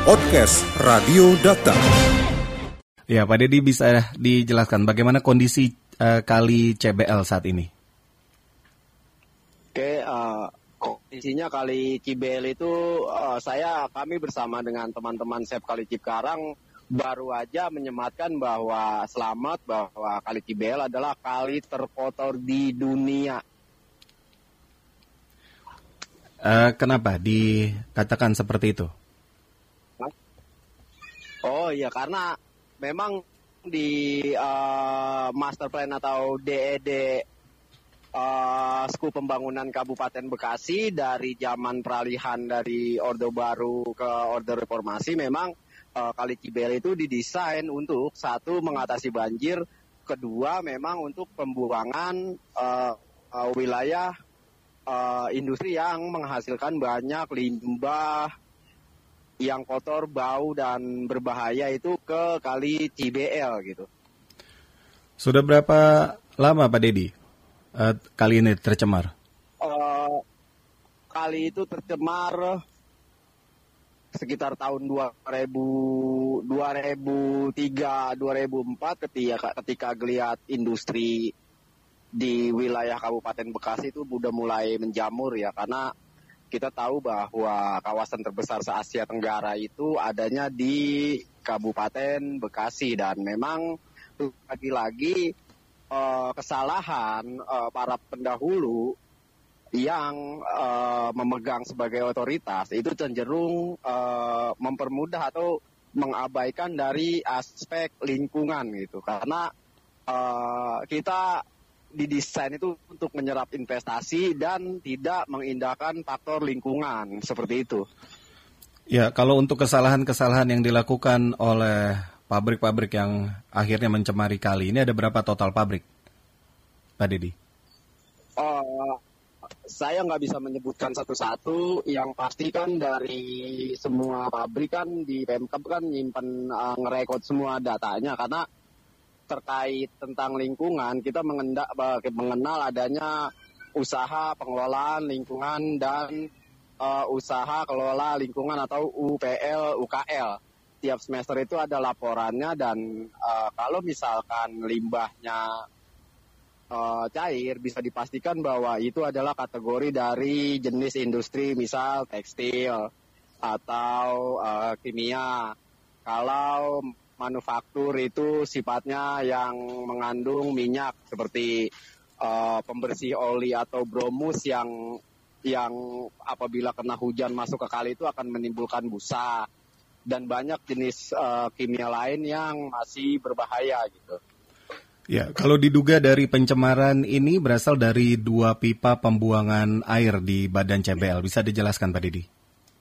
Podcast Radio Data. Ya, Pak Dedi bisa dijelaskan bagaimana kondisi kali CBL saat ini? Oke, kondisinya kali CBL itu kami bersama dengan teman-teman Save Kali Cikarang baru aja menyematkan bahwa kali CBL adalah kali terkotor di dunia. Kenapa dikatakan seperti itu? Oh iya, karena memang di master plan atau DED skop pembangunan Kabupaten Bekasi dari zaman peralihan dari Orde Baru ke Orde Reformasi, memang Kali Cibel itu didesain untuk satu, mengatasi banjir, kedua memang untuk pembuangan wilayah industri yang menghasilkan banyak limbah yang kotor, bau, dan berbahaya itu ke Kali Cibel gitu. Sudah berapa lama Pak Dedi kali ini tercemar? Kali itu tercemar sekitar tahun 2003, 2004 ketika geliat industri di wilayah Kabupaten Bekasi itu udah mulai menjamur ya, karena kita tahu bahwa kawasan terbesar se-Asia Tenggara itu adanya di Kabupaten Bekasi, dan memang lagi-lagi kesalahan para pendahulu yang memegang sebagai otoritas itu cenderung mempermudah atau mengabaikan dari aspek lingkungan gitu, karena kita didesain itu untuk menyerap investasi dan tidak mengindahkan faktor lingkungan, seperti itu. Ya, kalau untuk kesalahan-kesalahan yang dilakukan oleh pabrik-pabrik yang akhirnya mencemari kali ini, ada berapa total pabrik, Pak Dedi? Saya nggak bisa menyebutkan satu-satu. Yang pasti kan dari semua pabrik kan di Pemkab kan nyimpen ngerekod semua datanya, karena terkait tentang lingkungan, kita mengenal adanya usaha pengelolaan lingkungan dan usaha kelola lingkungan atau UPL, UKL. Tiap semester itu ada laporannya, dan kalau misalkan limbahnya cair, bisa dipastikan bahwa itu adalah kategori dari jenis industri, misal tekstil atau kimia. Kalau manufaktur itu sifatnya yang mengandung minyak seperti pembersih oli atau bromus yang apabila kena hujan masuk ke kali itu akan menimbulkan busa, dan banyak jenis kimia lain yang masih berbahaya gitu. Ya, kalau diduga dari pencemaran ini berasal dari 2 pipa pembuangan air di Badan CBL, bisa dijelaskan Pak Dedi?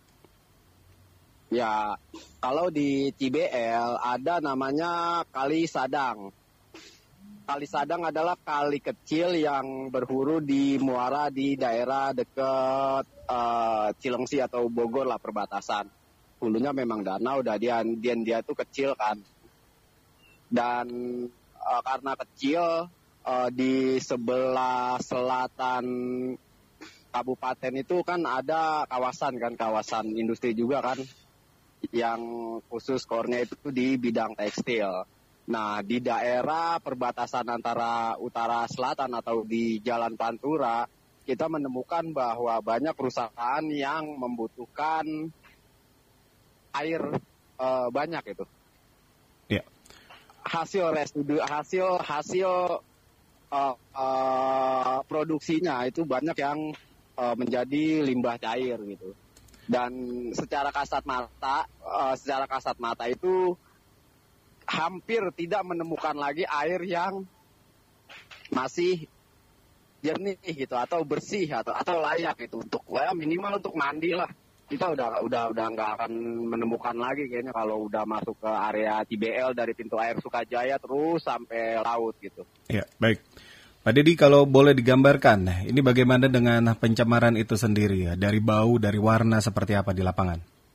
Ya, kalau di CBL ada namanya Kali Sadang. Kali Sadang adalah kali kecil yang berhulu di muara di daerah dekat Cilengsi atau Bogor lah, perbatasan. Hulunya memang danau, dia tuh kecil kan. Dan karena kecil, di sebelah selatan kabupaten itu kan ada kawasan industri juga kan, yang khusus core-nya itu di bidang tekstil. Nah, di daerah perbatasan antara utara selatan atau di Jalan Pantura, kita menemukan bahwa banyak perusahaan yang membutuhkan air banyak itu. Ya. Hasil produksinya itu banyak yang menjadi limbah cair gitu. Dan secara kasat mata itu hampir tidak menemukan lagi air yang masih jernih gitu, atau bersih atau layak gitu untuk minimal untuk mandi lah. Kita udah nggak akan menemukan lagi kayaknya kalau udah masuk ke area CBL dari pintu air Sukajaya terus sampai laut gitu. Ya, baik. Pak Dedi, kalau boleh digambarkan, ini bagaimana dengan pencemaran itu sendiri ya? Dari bau, dari warna, seperti apa di lapangan?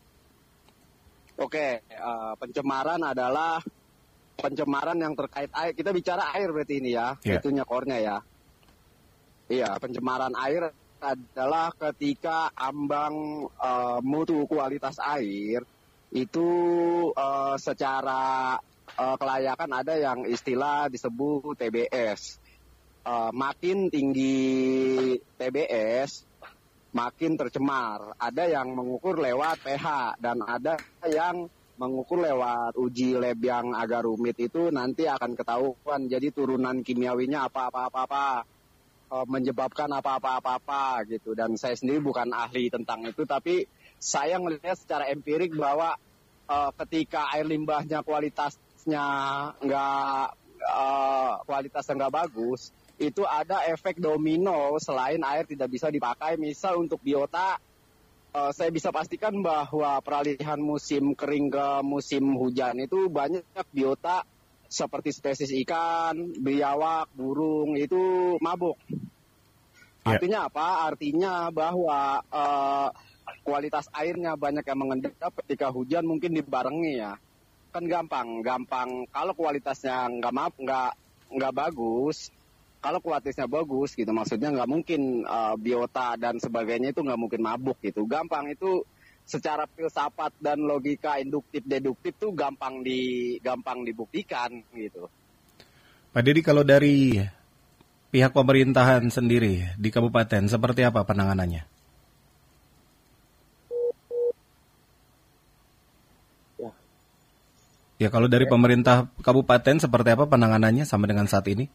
Oke, pencemaran adalah pencemaran yang terkait air. Kita bicara air berarti ini ya, itunya core-nya ya. Iya, pencemaran air adalah ketika ambang mutu kualitas air itu secara kelayakan ada yang istilah disebut TBS. Makin tinggi TBS, makin tercemar. Ada yang mengukur lewat pH dan ada yang mengukur lewat uji lab yang agak rumit. Itu nanti akan ketahuan. Jadi turunan kimiawinya apa-apa, menyebabkan apa-apa gitu. Dan saya sendiri bukan ahli tentang itu, tapi saya melihat secara empirik bahwa ketika air limbahnya kualitasnya nggak bagus, itu ada efek domino selain air tidak bisa dipakai. Misal untuk biota, saya bisa pastikan bahwa peralihan musim kering ke musim hujan itu banyak biota seperti spesies ikan, biawak, burung itu mabuk. Artinya apa? Artinya bahwa kualitas airnya banyak yang mengendap ketika hujan mungkin dibarengi ya. Kan gampang. Kalau kualitasnya nggak bagus. Kalau kualitasnya bagus gitu, maksudnya nggak mungkin biota dan sebagainya itu nggak mungkin mabuk gitu. Gampang itu secara filsafat dan logika induktif deduktif tuh gampang dibuktikan gitu. Pak Dedi, kalau dari pihak pemerintahan sendiri di kabupaten seperti apa penanganannya? Ya, kalau dari pemerintah kabupaten seperti apa penanganannya sampai dengan saat ini?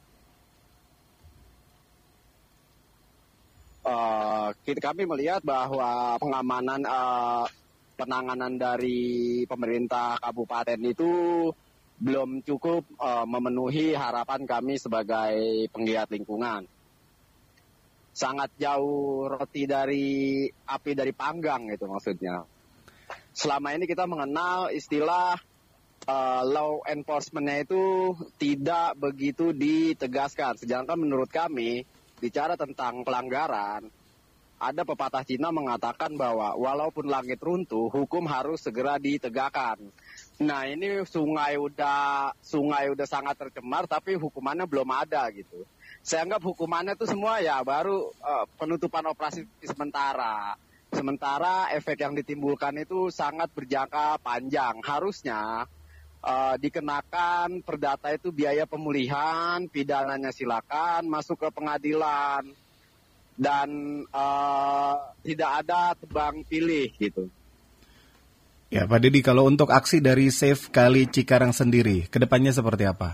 Kami melihat bahwa penanganan dari pemerintah kabupaten itu belum cukup memenuhi harapan kami sebagai penggiat lingkungan. Sangat jauh roti dari api dari panggang gitu maksudnya. Selama ini kita mengenal istilah law enforcement-nya itu tidak begitu ditegaskan. Sedangkan menurut kami, bicara tentang pelanggaran, ada pepatah Cina mengatakan bahwa walaupun langit runtuh, hukum harus segera ditegakkan. Nah, ini sungai udah sangat tercemar, tapi hukumannya belum ada gitu. Saya anggap hukumannya itu semua ya baru penutupan operasi sementara. Sementara efek yang ditimbulkan itu sangat berjangka panjang. Harusnya dikenakan perdata itu biaya pemulihan, pidananya silakan masuk ke pengadilan. Dan tidak ada tebang pilih gitu. Ya, Pak Dedi, kalau untuk aksi dari Save Kali Cikarang sendiri, kedepannya seperti apa?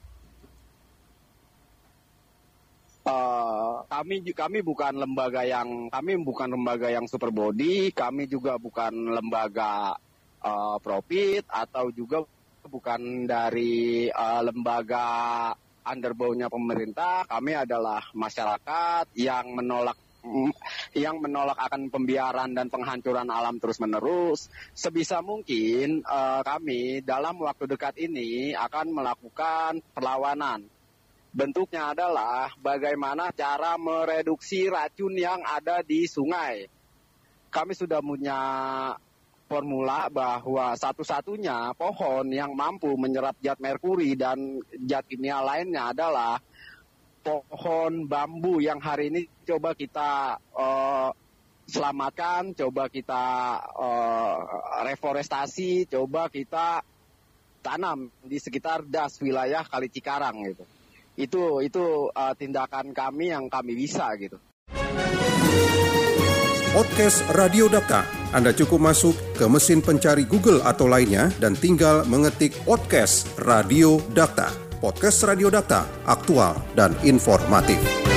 Kami bukan lembaga yang super body, kami juga bukan lembaga profit atau juga bukan dari lembaga underbownya pemerintah. Kami adalah masyarakat yang menolak akan pembiaran dan penghancuran alam terus-menerus. Sebisa mungkin kami dalam waktu dekat ini akan melakukan perlawanan. Bentuknya adalah bagaimana cara mereduksi racun yang ada di sungai. Kami sudah punya formula bahwa satu-satunya pohon yang mampu menyerap zat merkuri dan zat kimia lainnya adalah pohon bambu yang hari ini coba kita selamatkan, coba kita reforestasi, coba kita tanam di sekitar das wilayah Kali Cikarang gitu. Itu tindakan kami yang kami bisa gitu. Podcast Radio Data. Anda cukup masuk ke mesin pencari Google atau lainnya dan tinggal mengetik podcast Radio Data. Podcast Radio Data, aktual dan informatif.